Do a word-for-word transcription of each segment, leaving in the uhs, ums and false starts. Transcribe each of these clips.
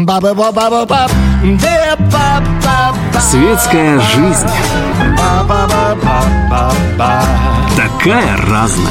Светская жизнь такая разная.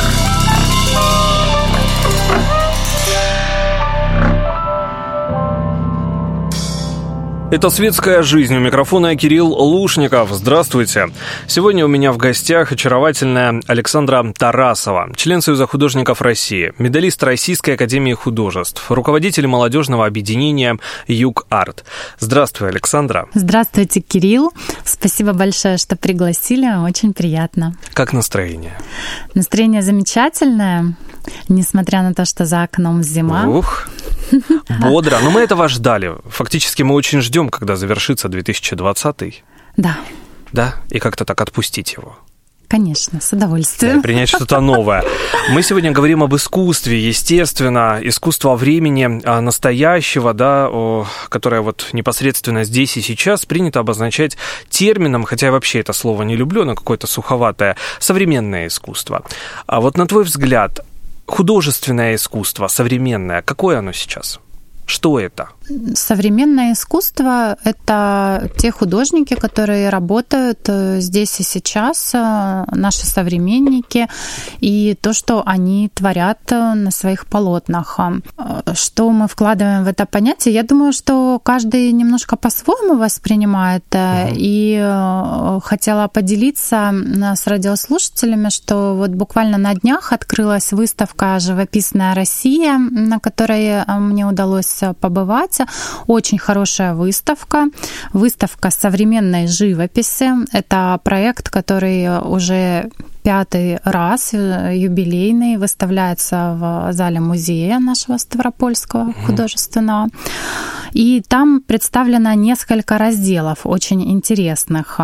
Это «Светская жизнь». У микрофона Кирилл Лушников. Здравствуйте. Сегодня у меня в гостях очаровательная Александра Тарасова, член Союза художников России, медалист Российской академии художеств, руководитель молодежного объединения «Юг-Арт». Здравствуй, Александра. Здравствуйте, Кирилл. Спасибо большое, что пригласили. Очень приятно. Как настроение? Настроение замечательное, несмотря на то, что за окном зима. Ух, бодро. Но мы этого ждали. Фактически мы очень ждем, когда завершится две тысячи двадцатый. Да. Да? И как-то так отпустить его. Конечно, с удовольствием. Да, принять что-то новое. Мы сегодня говорим об искусстве, естественно, искусство времени настоящего, да, которое вот непосредственно здесь и сейчас принято обозначать термином, хотя я вообще это слово не люблю, оно какое-то суховатое, современное искусство. А вот на твой взгляд, художественное искусство, современное, какое оно сейчас? Что это? Современное искусство — это те художники, которые работают здесь и сейчас, наши современники, и то, что они творят на своих полотнах. Что мы вкладываем в это понятие? Я думаю, что каждый немножко по-своему воспринимает, угу. И хотела поделиться с радиослушателями, что вот буквально на днях открылась выставка «Живописная Россия», на которой мне удалось побывать. Очень хорошая выставка. Выставка современной живописи. Это проект, который уже пятый раз, юбилейный, выставляется в зале музея нашего Ставропольского художественного. И там представлено несколько разделов очень интересных.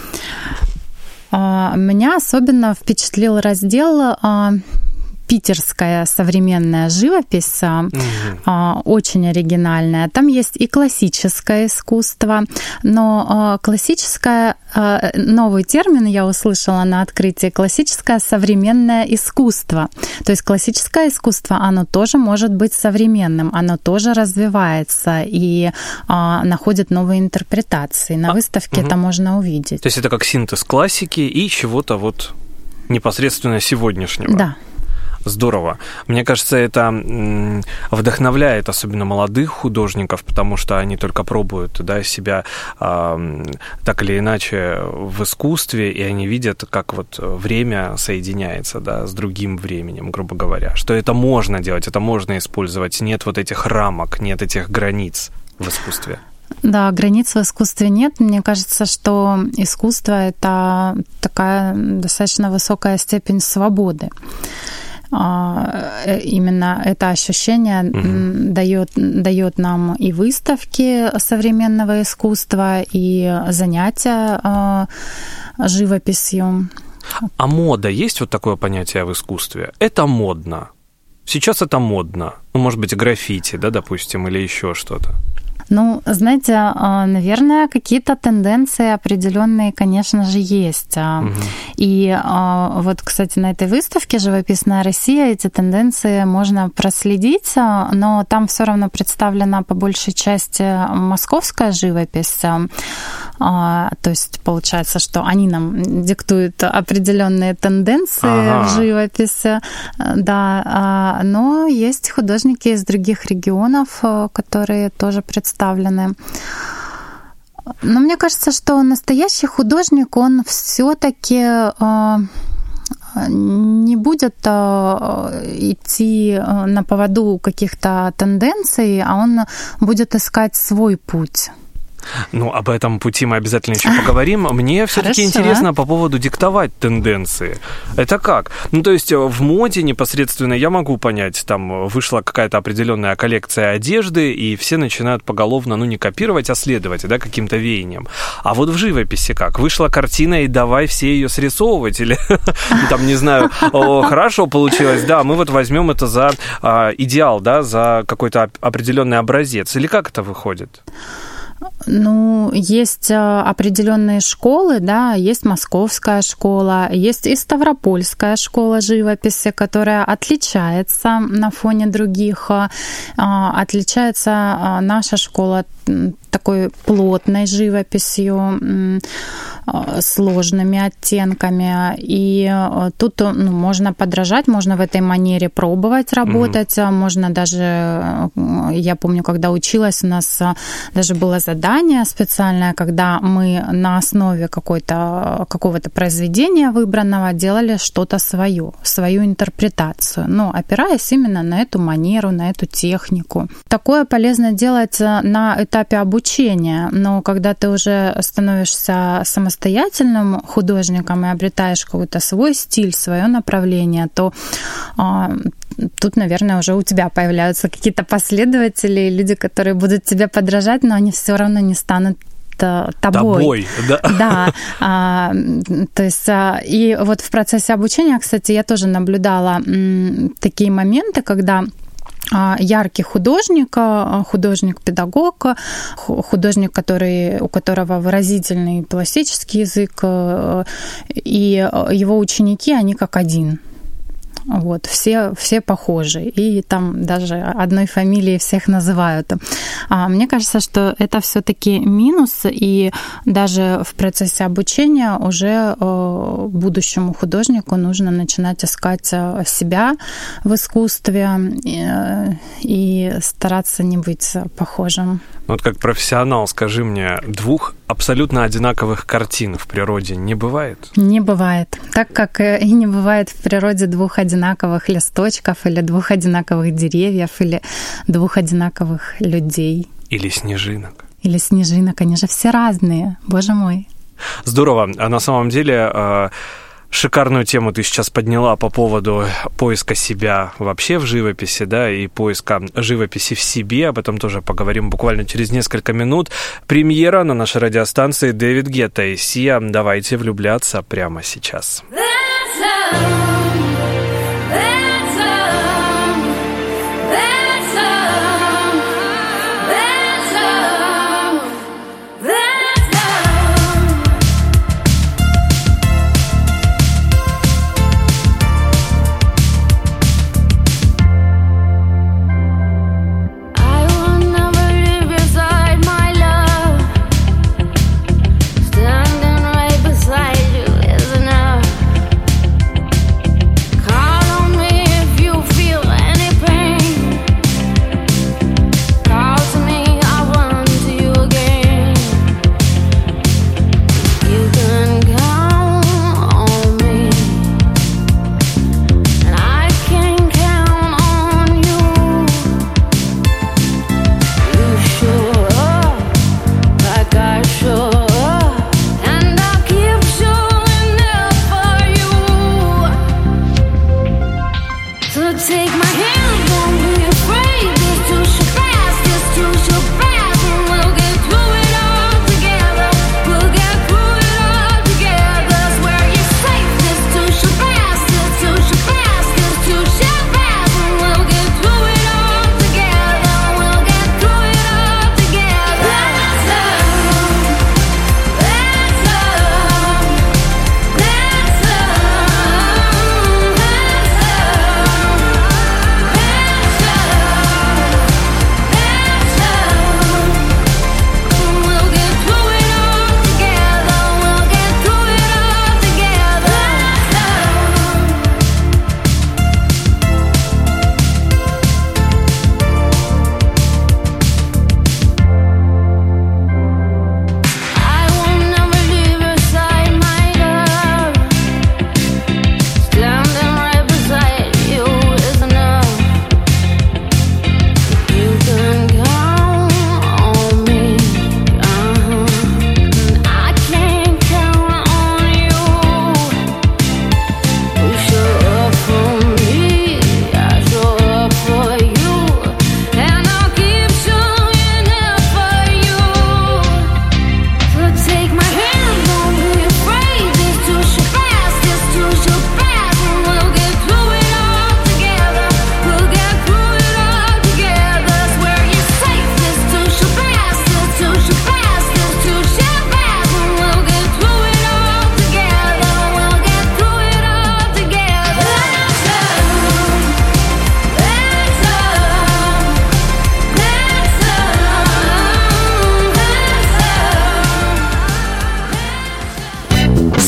Меня особенно впечатлил раздел «Питерская современная живопись», угу. Очень оригинальная. Там есть и классическое искусство, но классическое, новый термин я услышала на открытии, классическое современное искусство. То есть классическое искусство, оно тоже может быть современным, оно тоже развивается и находит новые интерпретации. На выставке угу. это можно увидеть. То есть это как синтез классики и чего-то вот непосредственно сегодняшнего. Да. Здорово. Мне кажется, это вдохновляет особенно молодых художников, потому что они только пробуют, да, себя э, так или иначе в искусстве, и они видят, как вот время соединяется, да, с другим временем, грубо говоря. Что это можно делать, это можно использовать. Нет вот этих рамок, нет этих границ в искусстве. Да, границ в искусстве нет. Мне кажется, что искусство — это такая достаточно высокая степень свободы. Именно это ощущение угу. дает, дает нам и выставки современного искусства, и занятия живописью. А мода есть вот такое понятие в искусстве? Это модно. Сейчас это модно. Ну, может быть, граффити, да, допустим, или еще что-то. Ну, знаете, наверное, какие-то тенденции определенные, конечно же, есть. Угу. И вот, кстати, на этой выставке «Живописная Россия» эти тенденции можно проследить, но там все равно представлена по большей части московская живопись. То есть получается, что они нам диктуют определенные тенденции ага. в живописи, да. Но есть художники из других регионов, которые тоже представлены. Но мне кажется, что настоящий художник, он все-таки не будет идти на поводу каких-то тенденций, а он будет искать свой путь. Ну, об этом пути мы обязательно еще поговорим. Мне все-таки интересно по поводу диктовать тенденции. Это как? Ну, то есть в моде непосредственно я могу понять, там вышла какая-то определенная коллекция одежды, и все начинают поголовно, ну, не копировать, а следовать, да, каким-то веяниям. А вот в живописи как? Вышла картина, и давай все ее срисовывать, или там, не знаю, хорошо получилось, да, мы вот возьмем это за идеал, да, за какой-то определенный образец, или как это выходит? Ну, есть определенные школы, да, есть Московская школа, есть и Ставропольская школа живописи, которая отличается на фоне других. Отличается наша школа такой плотной живописью, сложными оттенками. И тут ну, можно подражать, можно в этой манере пробовать работать. Mm-hmm. Можно даже, я помню, когда училась, у нас даже было задание специальное, когда мы на основе какой-то, какого-то произведения выбранного делали что-то свое, свою интерпретацию, но опираясь именно на эту манеру, на эту технику. Такое полезно делать на этапе обучения, но когда ты уже становишься самостоятельным художником и обретаешь какой-то свой стиль, свое направление, то а, тут, наверное, уже у тебя появляются какие-то последователи, люди, которые будут тебе подражать, но они все равно не станут тобой. Тобой, да. Да. А, то есть, а, и вот в процессе обучения, кстати, я тоже наблюдала м, такие моменты, когда яркий художник, художник-педагог, художник, который, у которого выразительный пластический язык, и его ученики, они как один. Вот, все, все похожи, и там даже одной фамилией всех называют. А мне кажется, что это все-таки минус, и даже в процессе обучения уже будущему художнику нужно начинать искать себя в искусстве и, и стараться не быть похожим. Вот как профессионал, скажи мне, двух абсолютно одинаковых картин в природе не бывает? Не бывает. Так как и не бывает в природе двух одинаковых листочков, или двух одинаковых деревьев, или двух одинаковых людей. Или снежинок. Или снежинок. Они же все разные. Боже мой. Здорово. А на самом деле... Шикарную тему ты сейчас подняла по поводу поиска себя вообще в живописи, да, и поиска живописи в себе. Об этом тоже поговорим буквально через несколько минут. Премьера на нашей радиостанции Дэвид Гетта и Сиа. Давайте влюбляться прямо сейчас. Standing right beside you is enough.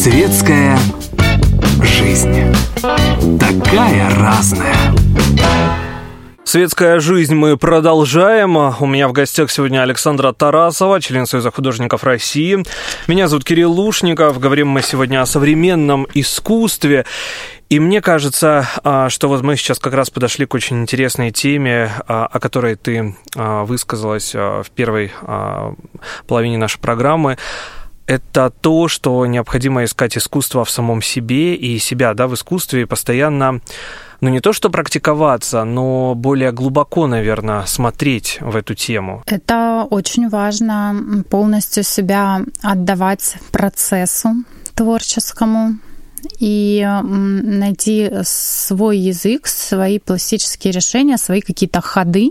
Светская жизнь. Такая разная. Светская жизнь мы продолжаем. У меня в гостях сегодня Александра Тарасова, член Союза художников России. Меня зовут Кирилл Лушников. Говорим мы сегодня о современном искусстве. И мне кажется, что вот мы сейчас как раз подошли к очень интересной теме, о которой ты высказалась в первой половине нашей программы. Это то, что необходимо искать искусство в самом себе и себя, да, в искусстве, и постоянно, ну, не то что практиковаться, но более глубоко, наверное, смотреть в эту тему. Это очень важно, полностью себя отдавать процессу творческому и найти свой язык, свои пластические решения, свои какие-то ходы.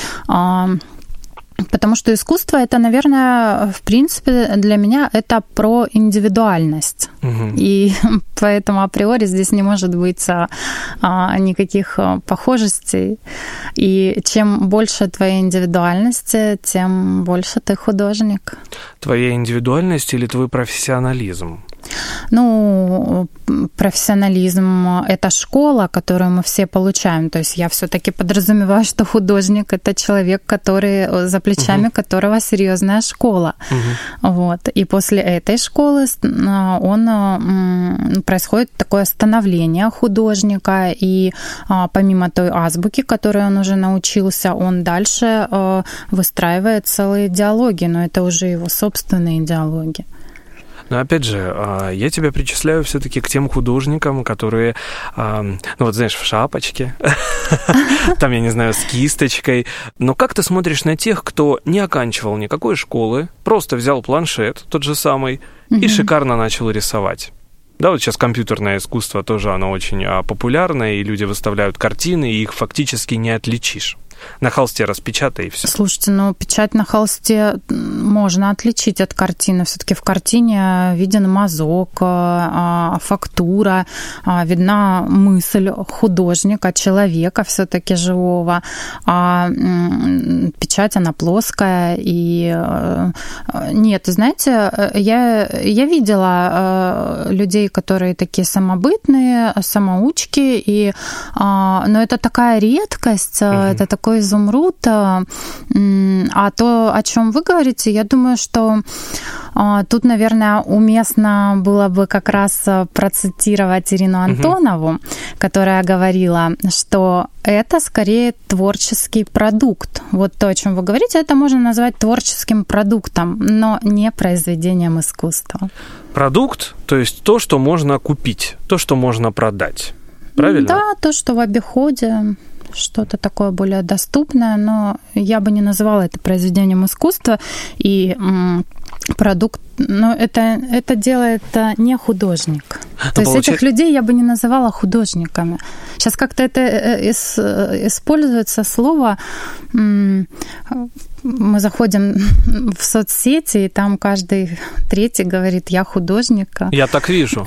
Потому что искусство — это, наверное, в принципе, для меня это про индивидуальность. Угу. И поэтому априори здесь не может быть а, никаких похожестей. И чем больше твоей индивидуальности, тем больше ты художник. Твоя индивидуальность или твой профессионализм? Ну, профессионализм — это школа, которую мы все получаем. То есть я все-таки подразумеваю, что художник — это человек, который, за плечами uh-huh. которого серьезная школа. Uh-huh. Вот. И после этой школы он, происходит такое становление художника, и помимо той азбуки, которой он уже научился, он дальше выстраивает целые диалоги, но это уже его собственные диалоги. Но опять же, я тебя причисляю все-таки к тем художникам, которые, ну вот знаешь, в шапочке, там, я не знаю, с кисточкой. Но как ты смотришь на тех, кто не оканчивал никакой школы, просто взял планшет, тот же самый, и шикарно начал рисовать? Да, вот сейчас компьютерное искусство тоже, оно очень популярное, и люди выставляют картины, и их фактически не отличишь. На холсте распечатай и все. Слушайте, ну печать на холсте можно отличить от картины. Все-таки в картине виден мазок, фактура, видна мысль художника, человека все-таки живого. А печать, она плоская. И нет, знаете, я, я видела людей, которые такие самобытные, самоучки, и, но это такая редкость, угу. это такой изумруд. А то, о чем вы говорите, я думаю, что тут, наверное, уместно было бы как раз процитировать Ирину Антонову, угу. которая говорила, что это скорее творческий продукт. Вот то, о чем вы говорите, это можно назвать творческим продуктом, но не произведением искусства. Продукт, то есть то, что можно купить, то, что можно продать. Правильно? Да, то, что в обиходе. Что-то такое более доступное, но я бы не называла это произведением искусства. И м, продукт, но это, это делает не художник. Но То получается... есть этих людей я бы не называла художниками. Сейчас как-то это используется слово... М, мы заходим в соцсети, и там каждый третий говорит: я художник. Я так вижу.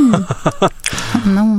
Ну...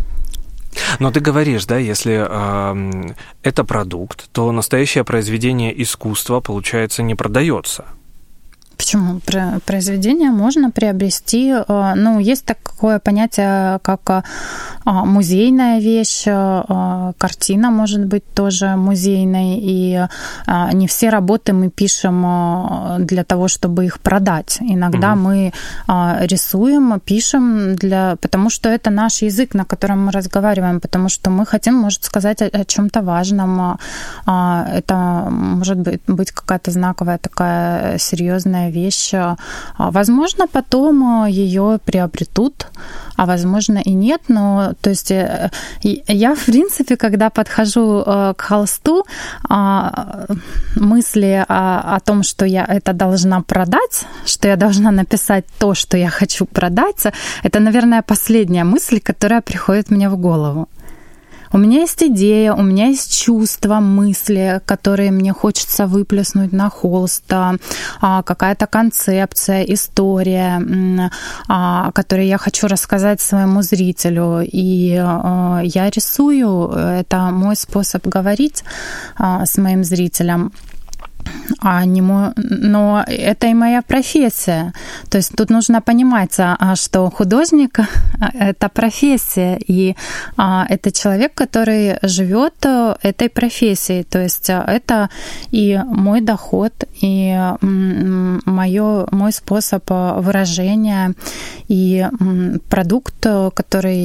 Но ты говоришь, да, если э, это продукт, то настоящее произведение искусства, получается, не продается. Почему? Произведение можно приобрести. Ну, есть такое понятие, как музейная вещь. Картина может быть тоже музейной. И не все работы мы пишем для того, чтобы их продать. Иногда угу. мы рисуем, пишем, для... потому что это наш язык, на котором мы разговариваем, потому что мы хотим, может, сказать о чем-то важном. Это может быть, быть какая-то знаковая такая серьезная вещь. Возможно, потом ее приобретут, а возможно и нет. Но то есть я, в принципе, когда подхожу к холсту, мысли о, о том, что я это должна продать, что я должна написать то, что я хочу продать, это, наверное, последняя мысль, которая приходит мне в голову. У меня есть идея, у меня есть чувства, мысли, которые мне хочется выплеснуть на холст, какая-то концепция, история, которую я хочу рассказать своему зрителю. И я рисую, это мой способ говорить с моим зрителем. А не мой, но это и моя профессия. То есть тут нужно понимать, что художник — это профессия, и это человек, который живет этой профессией. То есть это и мой доход, и моё, мой способ выражения, и продукт, который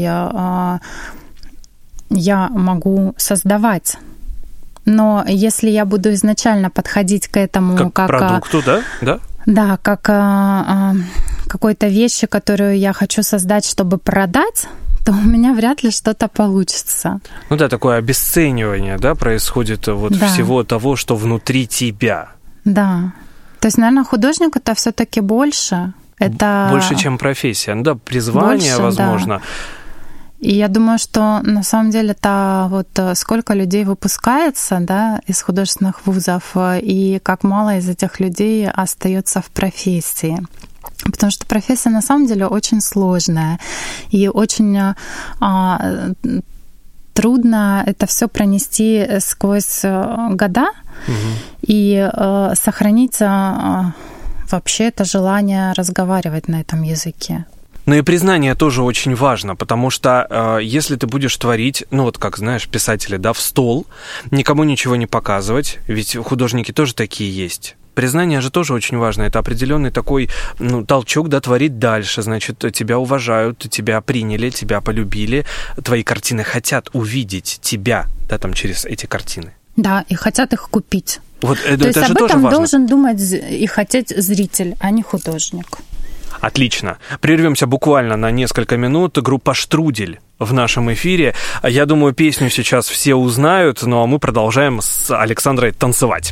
я могу создавать. Но если я буду изначально подходить к этому как, как к продукту, да? Да, да как а, какой-то вещи, которую я хочу создать, чтобы продать, то у меня вряд ли что-то получится. Ну да, такое обесценивание, да, происходит вот да. всего того, что внутри тебя. Да. То есть, наверное, художник — это все-таки больше. Это... Больше, чем профессия. Ну да, призвание, больше, возможно. Да. И я думаю, что на самом деле это вот сколько людей выпускается, да, из художественных вузов, и как мало из этих людей остается в профессии. Потому что профессия на самом деле очень сложная и очень а, трудно это все пронести сквозь года угу. и а, сохранить а, вообще это желание разговаривать на этом языке. Ну и признание тоже очень важно, потому что э, если ты будешь творить, ну вот как, знаешь, писатели, да, в стол, никому ничего не показывать, ведь художники тоже такие есть. Признание же тоже очень важно, это определенный такой, ну, толчок, да, творить дальше, значит, тебя уважают, тебя приняли, тебя полюбили, твои картины хотят увидеть тебя, да, там, через эти картины. Да, и хотят их купить. Вот, это, То это есть же об тоже этом важно. Должен думать и хотеть зритель, а не художник. Отлично. Прервемся буквально на несколько минут. Группа «Штрудель» в нашем эфире. Я думаю, песню сейчас все узнают, ну а мы продолжаем с Александрой танцевать.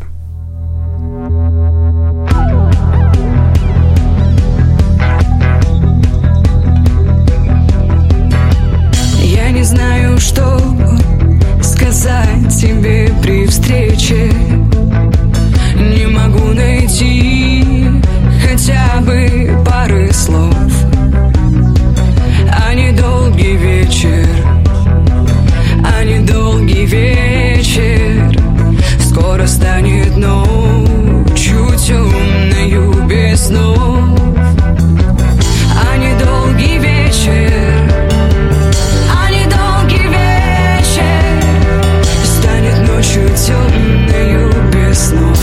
Я не знаю, что сказать тебе при встрече. Не могу найти хотя бы пары слов, а не долгий вечер, а не долгий вечер скоро станет ночью темною без снов, а не долгий вечер, а не долгий вечер станет ночью темною без снов.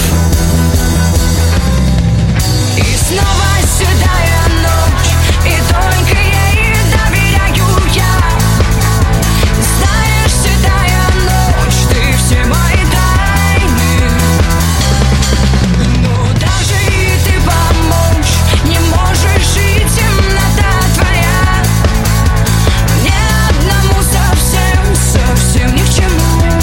Снова седая ночь, и только ей доверяю я. Знаешь, седая ночь, ты все мои тайны. Но даже и ты помочь не можешь, и темнота твоя мне одному совсем, совсем ни к чему.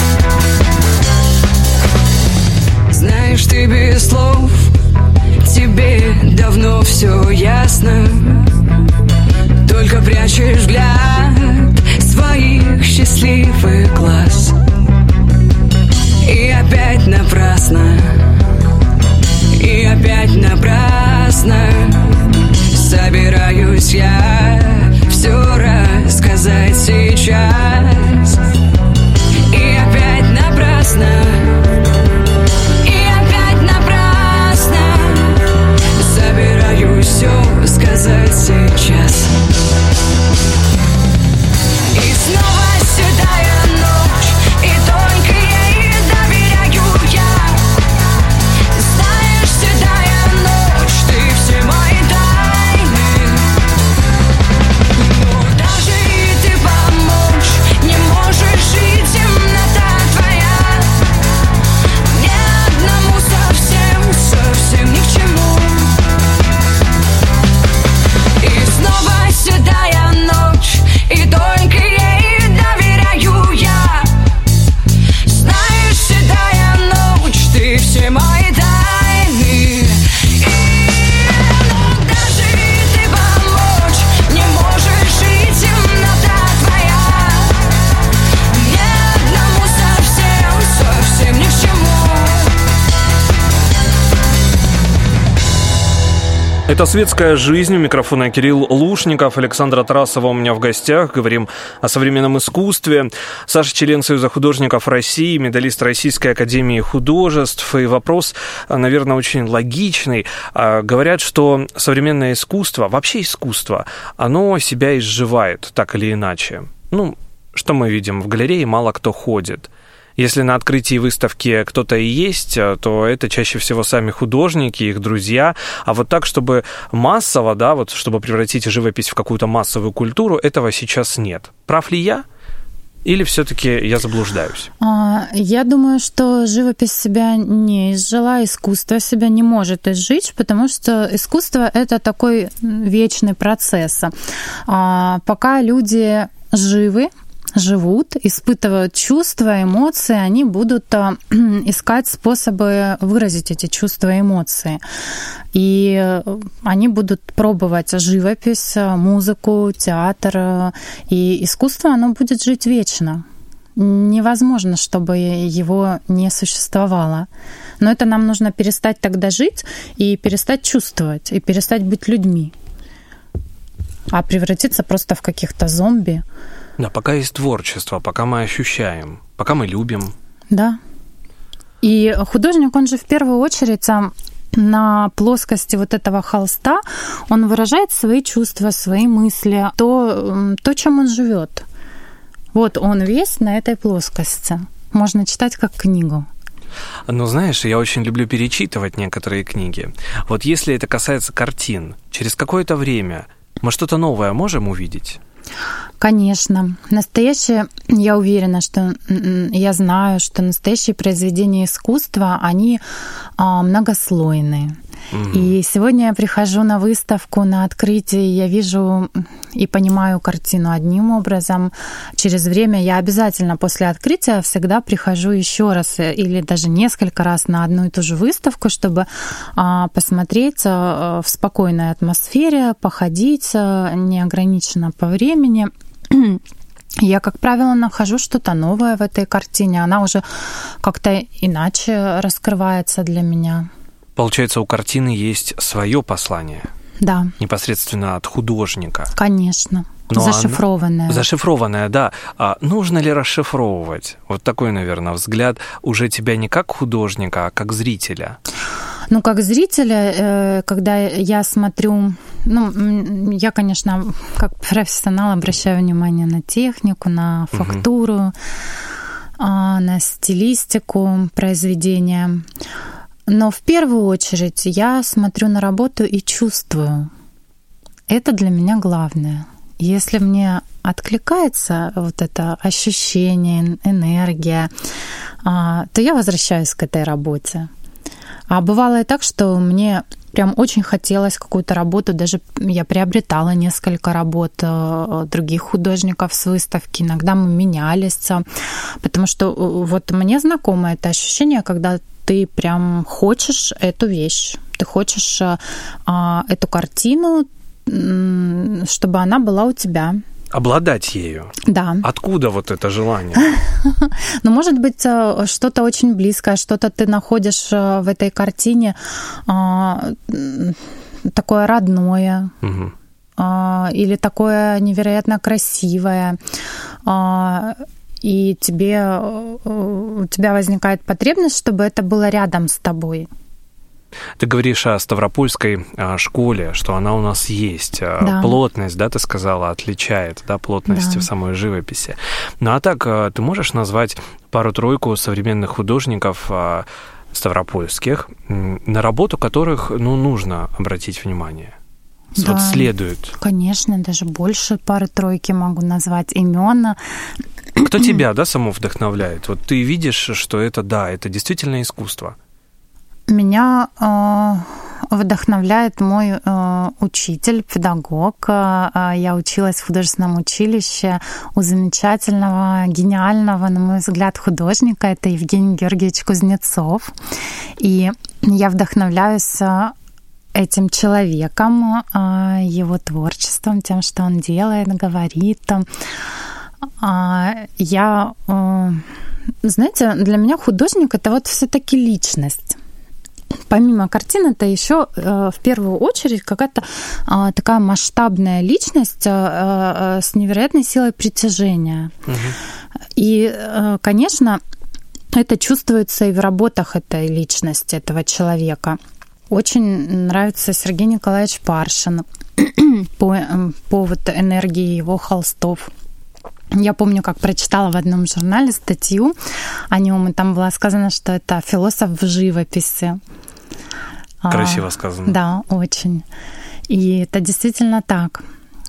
Знаешь, ты без слов, тебе давно все ясно, только прячешь взгляд своих счастливых глаз. И опять напрасно, и опять напрасно собираюсь я все рассказать сейчас. И опять напрасно, собираюсь все сказать сейчас. И снова седая ночь, и только ей доверяю я. Это «Светская жизнь». У микрофона Кирилл Лушников, Александра Тарасова у меня в гостях. Говорим о современном искусстве. Саша, член Союза художников России, медалист Российской академии художеств. И вопрос, наверное, очень логичный. Говорят, что современное искусство, вообще искусство, оно себя изживает так или иначе. Ну, что мы видим? В галерее мало кто ходит. Если на открытии выставки кто-то и есть, то это чаще всего сами художники, их друзья. А вот так, чтобы массово, да, вот чтобы превратить живопись в какую-то массовую культуру, этого сейчас нет. Прав ли я? Или все-таки я заблуждаюсь? Я думаю, что живопись себя не изжила, искусство себя не может изжить, потому что искусство — это такой вечный процесс. Пока люди живы, живут, испытывают чувства, эмоции, они будут искать способы выразить эти чувства и эмоции. И они будут пробовать живопись, музыку, театр. И искусство, оно будет жить вечно. Невозможно, чтобы его не существовало. Но это нам нужно перестать тогда жить и перестать чувствовать, и перестать быть людьми. А превратиться просто в каких-то зомби. Да, пока есть творчество, пока мы ощущаем, пока мы любим. Да. И художник, он же в первую очередь на плоскости вот этого холста, он выражает свои чувства, свои мысли, то, то чем он живет. Вот он весь на этой плоскости. Можно читать как книгу. Ну, знаешь, я очень люблю перечитывать некоторые книги. Вот если это касается картин, через какое-то время мы что-то новое можем увидеть? Конечно. Настоящее, я уверена, что я знаю, что настоящие произведения искусства, они многослойные. Mm-hmm. И сегодня я прихожу на выставку, на открытие, я вижу и понимаю картину одним образом. Через время я обязательно после открытия всегда прихожу еще раз или даже несколько раз на одну и ту же выставку, чтобы посмотреть в спокойной атмосфере, походить неограниченно по времени. Я, как правило, нахожу что-то новое в этой картине. Она уже как-то иначе раскрывается для меня. Получается, у картины есть свое послание. Да. Непосредственно от художника. Конечно. Но зашифрованное. Она... Зашифрованное, да. А нужно ли расшифровывать? Вот такой, наверное, взгляд уже тебя не как художника, а как зрителя. Ну, как зрителя, когда я смотрю... Ну, я, конечно, как профессионал обращаю внимание на технику, на фактуру, угу. на стилистику произведения. Но в первую очередь я смотрю на работу и чувствую. Это для меня главное. Если мне откликается вот это ощущение, энергия, то я возвращаюсь к этой работе. А бывало и так, что мне прям очень хотелось какую-то работу, даже я приобретала несколько работ других художников с выставки, иногда мы менялись, потому что вот мне знакомо это ощущение, когда ты прям хочешь эту вещь, ты хочешь а, эту картину, чтобы она была у тебя. Обладать ею. Да. Откуда вот это желание? Ну, может быть, что-то очень близкое, что-то ты находишь в этой картине такое родное, угу. или такое невероятно красивое. И тебе, у тебя возникает потребность, чтобы это было рядом с тобой. Ты говоришь о Ставропольской школе, что она у нас есть. Да. Плотность, да, ты сказала, отличает, да, плотность да. в самой живописи. Ну а так, ты можешь назвать пару-тройку современных художников ставропольских, на работу которых, ну, нужно обратить внимание? Да, вот следует. Конечно, даже больше пары-тройки могу назвать имен. Кто тебя, да, само вдохновляет? Вот ты видишь, что это, да, это действительно искусство. Меня э, вдохновляет мой э, учитель, педагог. Э, я училась в художественном училище у замечательного, гениального, на мой взгляд, художника. Это Евгений Георгиевич Кузнецов. И я вдохновляюсь этим человеком, э, его творчеством, тем, что он делает, говорит. Э, я, э, знаете, для меня художник — это вот все-таки личность. помимо картин, это еще в первую очередь какая-то такая масштабная личность с невероятной силой притяжения. Угу. И, конечно, это чувствуется и в работах этой личности, этого человека. Очень нравится Сергей Николаевич Паршин по, по вот энергии его холстов. Я помню, как прочитала в одном журнале статью о нем, и там было сказано, что это философ в живописи. Красиво сказано. А, да, очень. И это действительно так.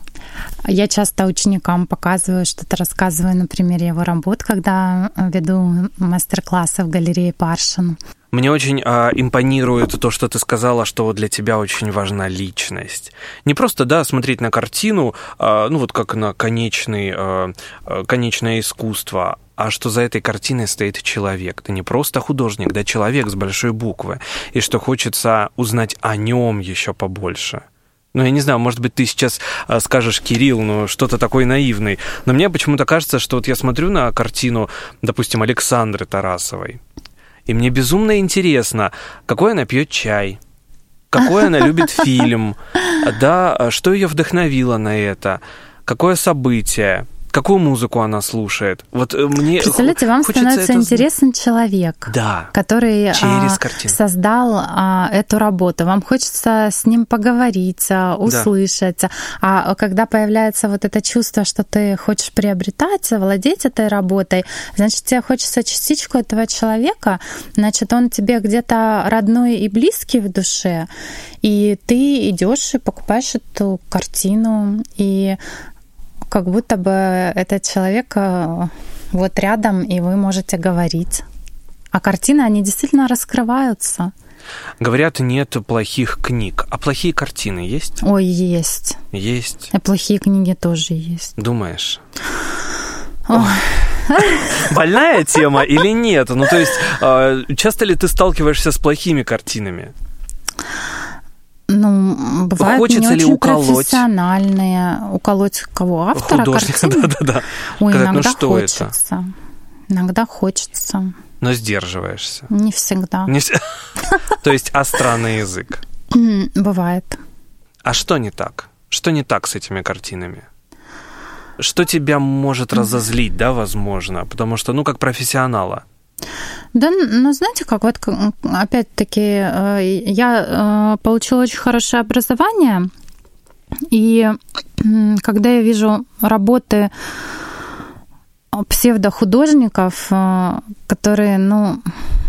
Я часто ученикам показываю, что-то рассказываю на примере его работ, когда веду мастер-классы в галерее Паршин. Мне очень э, импонирует то, что ты сказала, что для тебя очень важна личность. Не просто, да, смотреть на картину, э, ну вот как на конечный, э, конечное искусство, а что за этой картиной стоит человек. Ты не просто художник, да, человек с большой буквы. И что хочется узнать о нем еще побольше. Ну, я не знаю, может быть, ты сейчас скажешь, Кирилл, ну, что-то такой наивный. Но мне почему-то кажется, что вот я смотрю на картину, допустим, Александры Тарасовой, и мне безумно интересно, какой она пьет чай, какой она любит фильм, да, что ее вдохновило на это, какое событие, какую музыку она слушает. Вот мне представляете, вам становится интересен человек, да, который через а, создал а, эту работу. Вам хочется с ним поговорить, услышать. Да. А когда появляется вот это чувство, что ты хочешь приобретать, владеть этой работой, значит, тебе хочется частичку этого человека, значит, он тебе где-то родной и близкий в душе, и ты идешь и покупаешь эту картину, и как будто бы этот человек вот рядом, и вы можете говорить. А картины, они действительно раскрываются. Говорят, нет плохих книг. А плохие картины есть? Ой, есть. Есть. И плохие книги тоже есть. Думаешь? Больная тема или нет? Ну, то есть, часто ли ты сталкиваешься с плохими картинами? Ну, бывают Хочется не ли очень уколоть? профессиональные. Уколоть кого? Автора Художника, картины? да-да-да. Ой, Сказать, иногда ну, что хочется. Это? Иногда хочется. Но сдерживаешься. Не всегда. Не вс... То есть остра на язык. Бывает. А что не так? Что не так с этими картинами? Что тебя может разозлить, да, возможно? Потому что, ну, как профессионала. Да, ну, знаете, как вот, опять-таки, я получила очень хорошее образование, и когда я вижу работы псевдохудожников, которые, ну,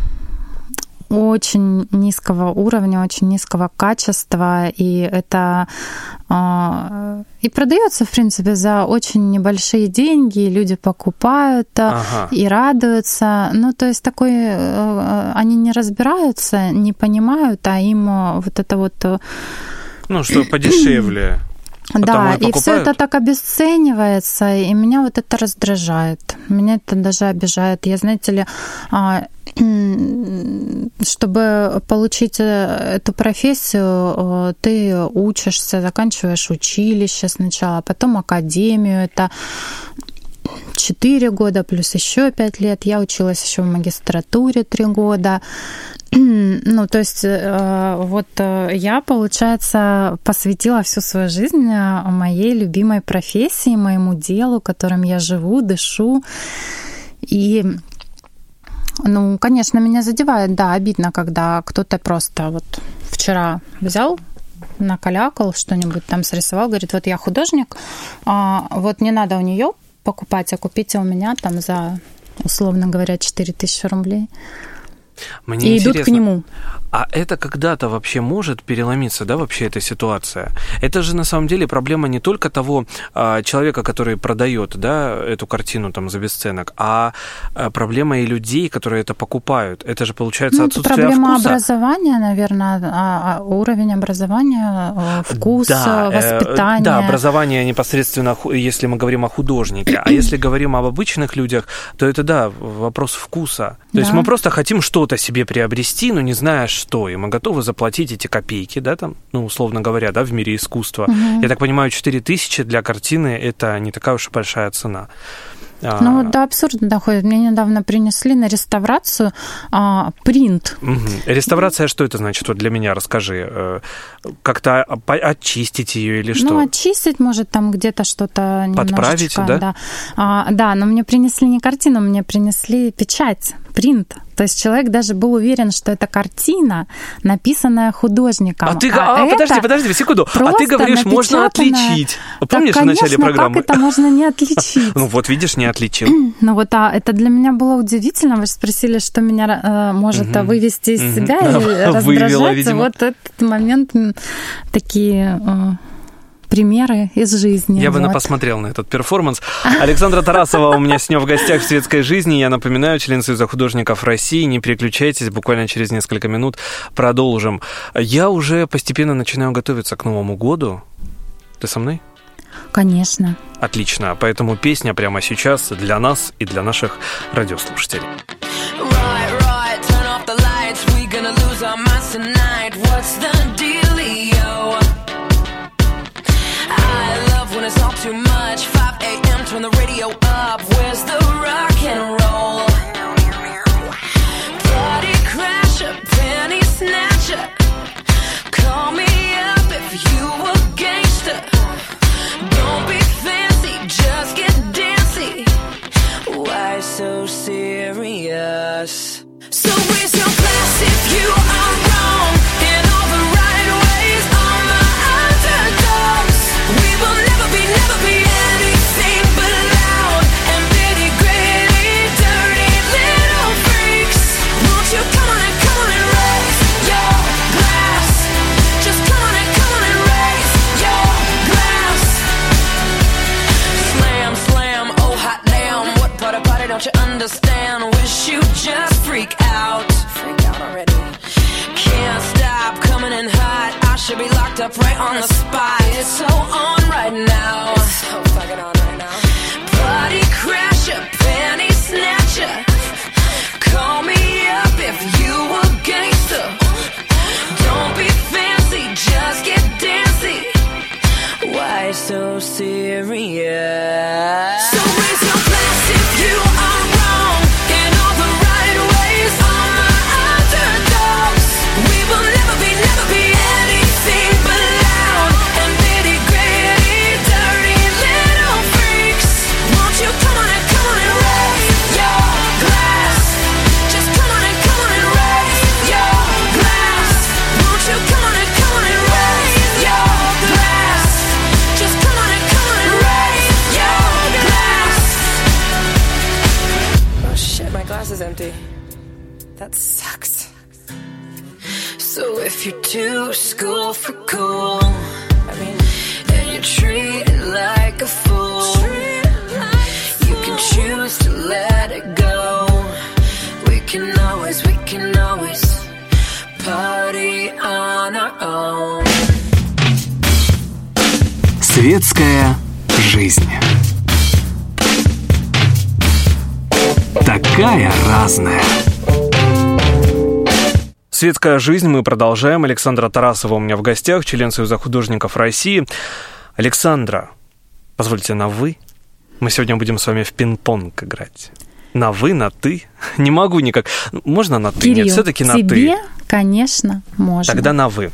очень низкого уровня, очень низкого качества, и это и продается, в принципе, за очень небольшие деньги, и люди покупают ага. и радуются. Ну, то есть такой, они не разбираются, не понимают, а им вот это вот... Ну, что подешевле. Да, и, и все это так обесценивается, и меня вот это раздражает. Меня это даже обижает. Я, знаете ли, чтобы получить эту профессию, ты учишься, заканчиваешь училище сначала, потом академию. Это четыре года плюс еще пять лет. Я училась еще в магистратуре три года. Ну, то есть вот я, получается, посвятила всю свою жизнь моей любимой профессии, моему делу, которым я живу, дышу. И, ну, конечно, меня задевает, да, обидно, когда кто-то просто вот вчера взял, накалякал, что-нибудь там срисовал, говорит, вот я художник, вот не надо у нее покупать, а купите у меня там за, условно говоря, четыре тысячи рублей. Мне и интересно, идут к нему. А это когда-то вообще может переломиться, да, вообще эта ситуация? Это же на самом деле проблема не только того а, человека, который продает, да, эту картину там за бесценок, а, а проблема и людей, которые это покупают. Это же получается ну, отсутствие проблема вкуса. Образования, наверное, а, а уровень образования, вкус, да, воспитание. Э, да, образование непосредственно, если мы говорим о художнике, а если говорим об обычных людях, то это, да, вопрос вкуса. То да. есть мы просто хотим что-то себе приобрести, но не зная, что, и мы готовы заплатить эти копейки, да, там, ну, условно говоря, да, в мире искусства. Угу. Я так понимаю, четыре тысячи для картины – это не такая уж и большая цена. Ну, вот до абсурда доходит. Мне недавно принесли на реставрацию а, принт. Угу. Реставрация, что это значит? Вот для меня расскажи. Как-то очистить ее или что? Ну, очистить, может, там где-то что-то немножечко. Подправить, да? Да. А, да, но мне принесли не картину, мне принесли печать, принт. То есть человек даже был уверен, что это картина, написанная художником. А ты, а, а, подожди, подожди, секунду. А ты говоришь, можно отличить. Помнишь, так, в начале конечно, программы? Как это можно не отличить? Ну вот, видишь, не отличил. Ну вот, а это для меня было удивительно. Вы же спросили, что меня э, может угу. вывести из себя угу. или раздражать. Вывела, видимо. Вот этот момент, такие... Э, примеры из жизни. Я вот. бы посмотрел на этот перформанс. Александра Тарасова у меня с ней в гостях в «Светской жизни». Я напоминаю, член Союза художников России. Не переключайтесь, буквально через несколько минут продолжим. Я уже постепенно начинаю готовиться к Новому году. Ты со мной? Конечно. Отлично. Поэтому песня прямо сейчас для нас и для наших радиослушателей. When it's all too much, five a.m. turn the radio up. Where's the rock and roll? Party crasher, penny snatcher. Call me up if you a gangster. Don't be fancy, just get dancy. Why so serious? So raise your glass if you are wrong in all the right ways. All my underdogs, we will never be, never be anything but loud and nitty gritty, dirty little freaks. Won't you come on and come on and raise your glass? Just come on and come on and raise your glass. Slam, slam, oh hot damn. What part of party don't you understand? Wish you just freak out. Freak out already. Can't stop coming in hot. I should be locked up right on the spot. It's so on right now. It's so fucking on right now. Party crasher, penny snatcher. Call me up if you a gangster. Don't be fancy, just get dancy. Why so serious? So raise your glass if you are wrong in all the right ways. All my underdogs, we will never be, never be anything but loud and nitty gritty, dirty little freaks. Won't you come on and come on and raise your glass? Just come on and come on and raise your glass. Won't you come on and come on and raise your glass? Just come on and come on and raise your glass. Oh shit, my glass is empty. That sucks. So if you're too school for cool, I mean, and you're treated like a fool, you can choose to let it go. We can always, we can always party on our own. Светская жизнь. Такая разная. «Светская жизнь» мы продолжаем. Александра Тарасова у меня в гостях, член Союза художников России. Александра, позвольте на «вы». Мы сегодня будем с вами в пинг-понг играть. На «вы», на «ты». Не могу никак. Можно на «ты»? Кирилл, Нет, все-таки на «ты». тебе, конечно, можно. Тогда на «вы».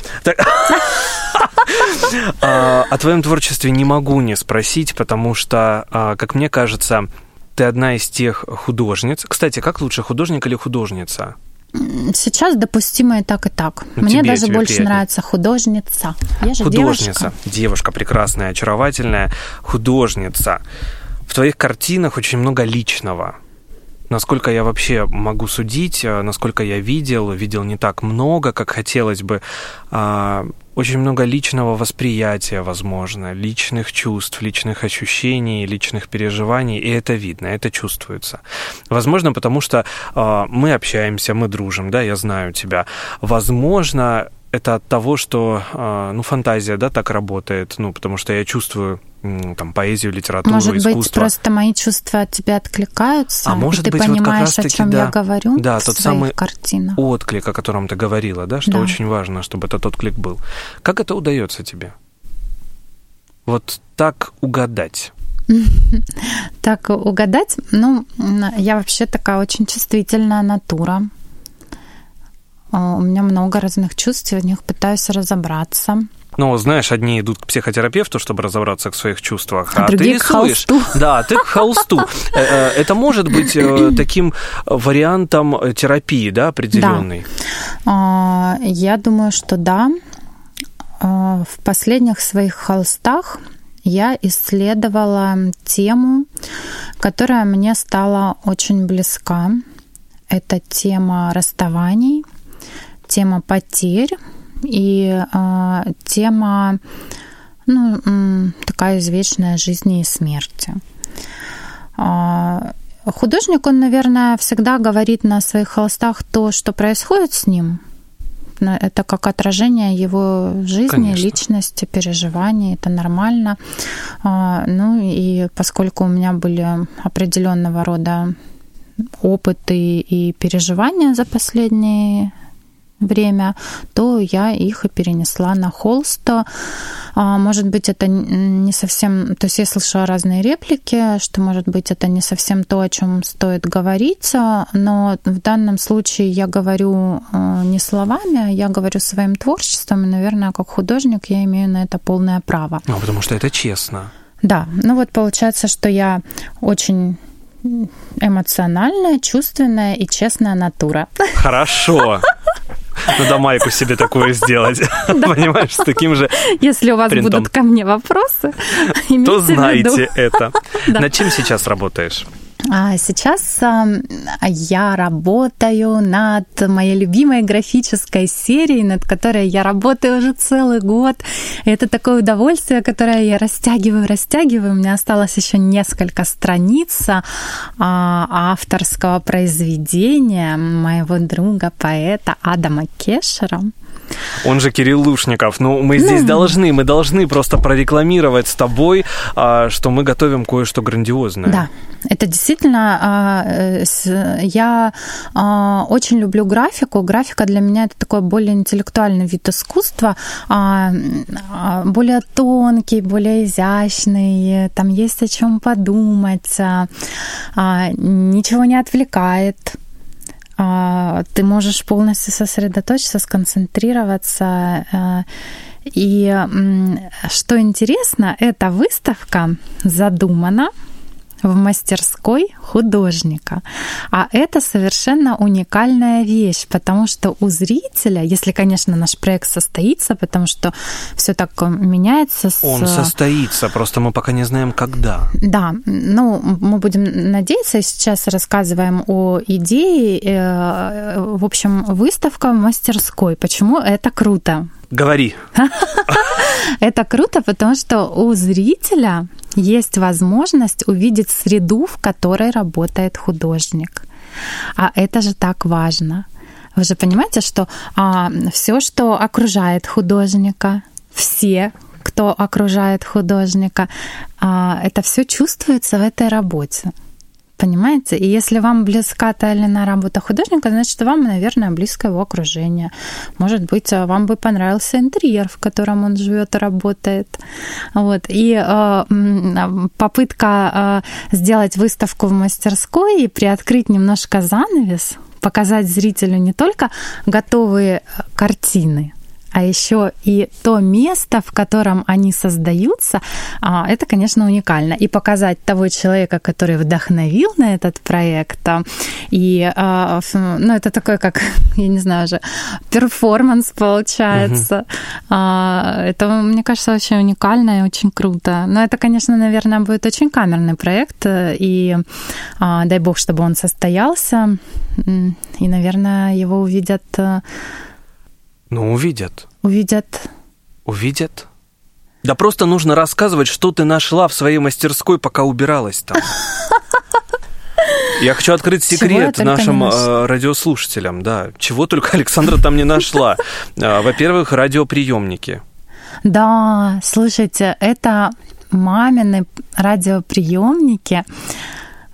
О твоем творчестве не могу не спросить, потому что, как мне кажется, ты одна из тех художниц. Кстати, как лучше, художник или художница? Сейчас допустимо и так, и так. Ну, Мне тебе, даже тебе больше приятнее. нравится художница. Я же Художница. девушка. Девушка прекрасная, очаровательная. Художница. В твоих картинах очень много личного. Насколько я вообще могу судить, насколько я видел, видел не так много, как хотелось бы. Очень много личного восприятия, возможно, личных чувств, личных ощущений, личных переживаний, и это видно, это чувствуется. Возможно, потому что мы общаемся, мы дружим, да, я знаю тебя. Возможно, это от того, что, ну, фантазия, да, так работает, ну, потому что я чувствую там поэзию, литературу, может искусство. Может быть, просто мои чувства от тебя откликаются, а может и ты быть, понимаешь, вот о чем да, я говорю да, в тот своих самый картинах. Отклик, о котором ты говорила, да, что да. очень важно, чтобы этот отклик был. Как это удается тебе? Вот так угадать. Так, угадать? Ну, я вообще такая очень чувствительная натура. У меня много разных чувств, я в них пытаюсь разобраться. Ну, знаешь, одни идут к психотерапевту, чтобы разобраться в своих чувствах, а, а ты рисуешь. К холсту. Да, ты к холсту. Это может быть таким вариантом терапии, да, определенной? Да. Я думаю, что да. В последних своих холстах я исследовала тему, которая мне стала очень близка. Это тема расставаний, тема потерь и э, тема, ну, такая извечная жизни и смерти. Э, художник, он, наверное, всегда говорит на своих холстах то, что происходит с ним. Это как отражение его жизни, конечно, личности, переживаний. Это нормально. Э, ну и поскольку у меня были определенного рода опыты и переживания за последнее время, то я их и перенесла на холст. Может быть, это не совсем... То есть я слышала разные реплики, что, может быть, это не совсем то, о чем стоит говорить, но в данном случае я говорю не словами, я говорю своим творчеством, и, наверное, как художник я имею на это полное право. Ну, потому что это честно. Да, ну вот получается, что я очень эмоциональная, чувственная и честная натура. Хорошо. Надо майку себе такую сделать. Понимаешь, с таким же Если у вас принтом. Будут ко мне вопросы, то знайте это. Да. Над чем сейчас работаешь? Сейчас я работаю над моей любимой графической серией, над которой я работаю уже целый год. И это такое удовольствие, которое я растягиваю, растягиваю. У меня осталось еще несколько страниц авторского произведения моего друга, поэта Адама Кешера. Он же Кирилл Лушников. Ну, мы здесь ну. должны, мы должны просто прорекламировать с тобой, что мы готовим кое-что грандиозное. Да, это действительно... Я очень люблю графику. Графика для меня это такой более интеллектуальный вид искусства, более тонкий, более изящный. Там есть о чем подумать, ничего не отвлекает. Ты можешь полностью сосредоточиться, сконцентрироваться. И что интересно, эта выставка задумана в мастерской художника. А это совершенно уникальная вещь, потому что у зрителя, если, конечно, наш проект состоится, потому что все так меняется. С... Он состоится, просто мы пока не знаем, когда. Да, ну, мы будем надеяться, сейчас рассказываем о идее. В общем, выставка в мастерской. Почему это круто? Говори. Это круто, потому что у зрителя есть возможность увидеть среду, в которой работает художник. А это же так важно. Вы же понимаете, что а, все, что окружает художника, все, кто окружает художника, а, это все чувствуется в этой работе. Понимаете? И если вам близка та или иная работа художника, значит, вам, наверное, близко его окружение. Может быть, вам бы понравился интерьер, в котором он живет и работает. Вот. И э, попытка э, сделать выставку в мастерской и приоткрыть немножко занавес, показать зрителю не только готовые картины, а еще и то место, в котором они создаются, это, конечно, уникально. И показать того человека, который вдохновил на этот проект. И, ну, это такой, как, я не знаю уже, перформанс получается. Угу. Это, мне кажется, очень уникально и очень круто. Но это, конечно, наверное, будет очень камерный проект. И дай бог, чтобы он состоялся. И, наверное, его увидят... Ну, увидят. Увидят. Увидят? Да просто нужно рассказывать, что ты нашла в своей мастерской, пока убиралась там. Я хочу открыть секрет нашим радиослушателям, да. Чего только Александра там не нашла. Во-первых, радиоприемники. Да, слушайте, это мамины радиоприемники.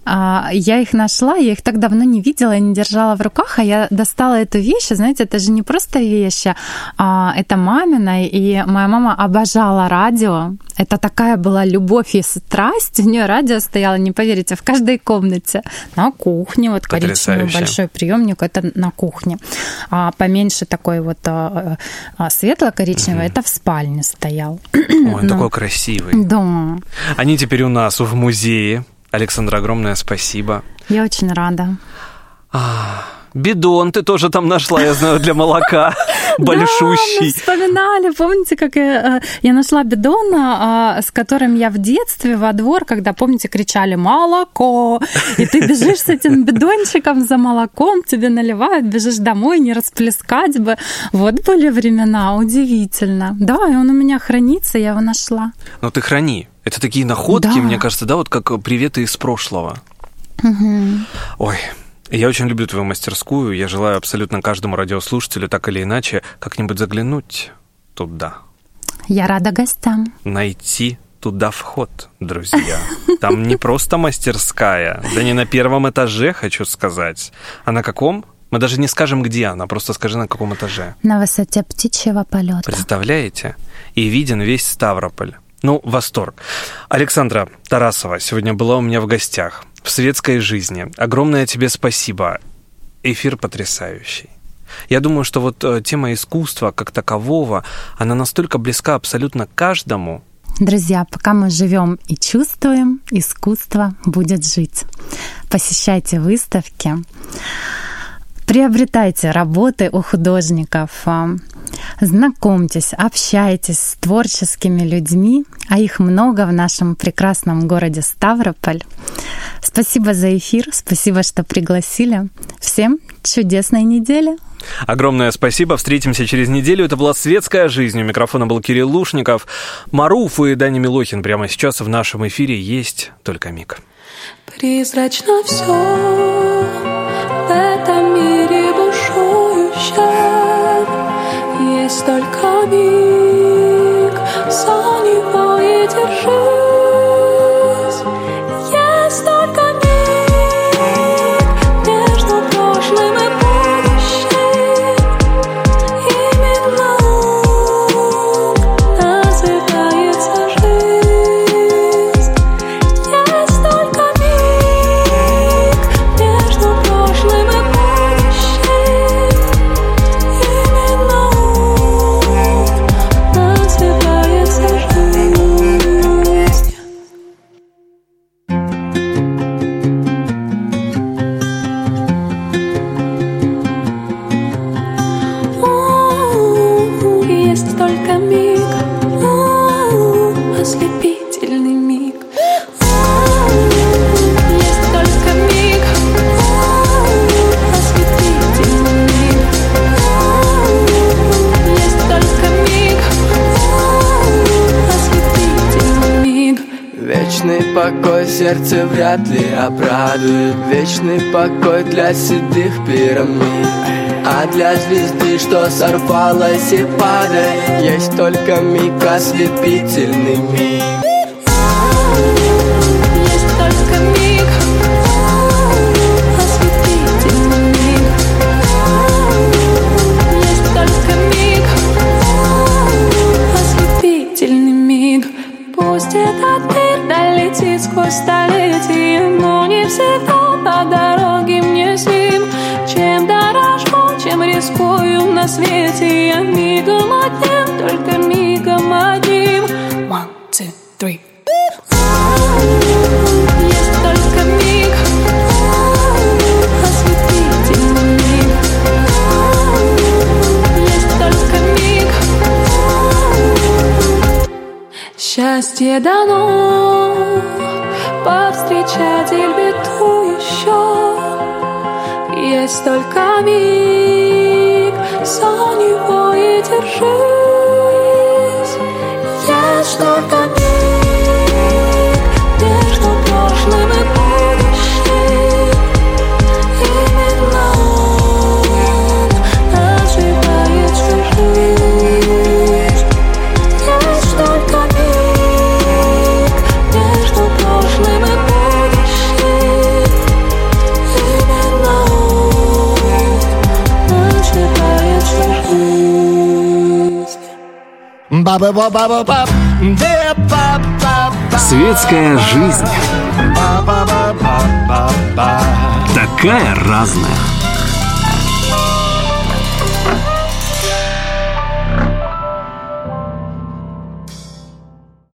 Я их нашла, я их так давно не видела, я не держала в руках, а я достала эту вещь. Знаете, это же не просто вещи, а это мамина, и моя мама обожала радио. Это такая была любовь и страсть. У нее радио стояло, не поверите, в каждой комнате. На кухне, вот коричневый большой приемник, это на кухне. А поменьше такой вот светло-коричневый, mm-hmm. это в спальне стоял. Ой, он такой красивый. Да. Они теперь у нас в музее. Александра, огромное спасибо. Я очень рада. А, бидон ты тоже там нашла, я знаю, для молока. Большущий. Да, мы вспоминали. Помните, как я, я нашла бидон, с которым я в детстве во двор, когда, помните, кричали «молоко!» И ты бежишь с этим бидончиком за молоком, тебе наливают, бежишь домой, не расплескать бы. Вот были времена, удивительно. Да, и он у меня хранится, я его нашла. Ну ты храни. Это такие находки, да. мне кажется, да, вот как приветы из прошлого. Угу. Ой, я очень люблю твою мастерскую. Я желаю абсолютно каждому радиослушателю так или иначе как-нибудь заглянуть туда. Я рада гостям. Найти туда вход, друзья. Там не просто мастерская, да не на первом этаже, хочу сказать. А на каком? Мы даже не скажем, где она, просто скажи, на каком этаже. На высоте птичьего полета. Представляете? И виден весь Ставрополь. Ну, восторг. Александра Тарасова сегодня была у меня в гостях в светской жизни. Огромное тебе спасибо. Эфир потрясающий. Я думаю, что вот тема искусства как такового, она настолько близка абсолютно каждому. Друзья, пока мы живем и чувствуем, искусство будет жить. Посещайте выставки, приобретайте работы у художников, знакомьтесь, общайтесь с творческими людьми, а их много в нашем прекрасном городе Ставрополь. Спасибо за эфир, спасибо, что пригласили. Всем чудесной недели. Огромное спасибо. Встретимся через неделю. Это была «Светская жизнь». У микрофона был Кирилл Лушников. Маруф и Даня Милохин прямо сейчас в нашем эфире «Есть только миг». Призрачно все в этом мире бушующем. Есть только миг, за него и держись. Есть только миг между прошлым и будущим. Именно он называется жизнь. Есть только миг между прошлым и будущим. Именно он называется жизнь. У-у-у, есть только миг, у-у-у, ослепительный миг. У-у-у, есть только миг, у-у-у, ослепительный миг. У-у-у, есть только миг, у-у-у, ослепительный миг. Вечный покой сердце вряд ли обрадует. Вечный покой для седых пирамид. А для звезды, что сорвалась и падает, есть только миг, ослепительный миг. Есть только миг, ослепительный миг. Есть только миг, ослепительный миг. Пусть этот мир долетит сквозь столетия, но не всегда по дороге мне с ним. Чем дорожу, чем рискую на свете, я мигом одним, только мигом одним. One, two, three. Есть только миг, ослепительный миг. Есть только миг. Счастье дано повстречать Эльбету еще. Есть только миг, за него и держись. Есть только миг между прошлым и будущим. Именно он оживает жизнь. Есть только миг между прошлым и будущим. Светская жизнь. Такая разная.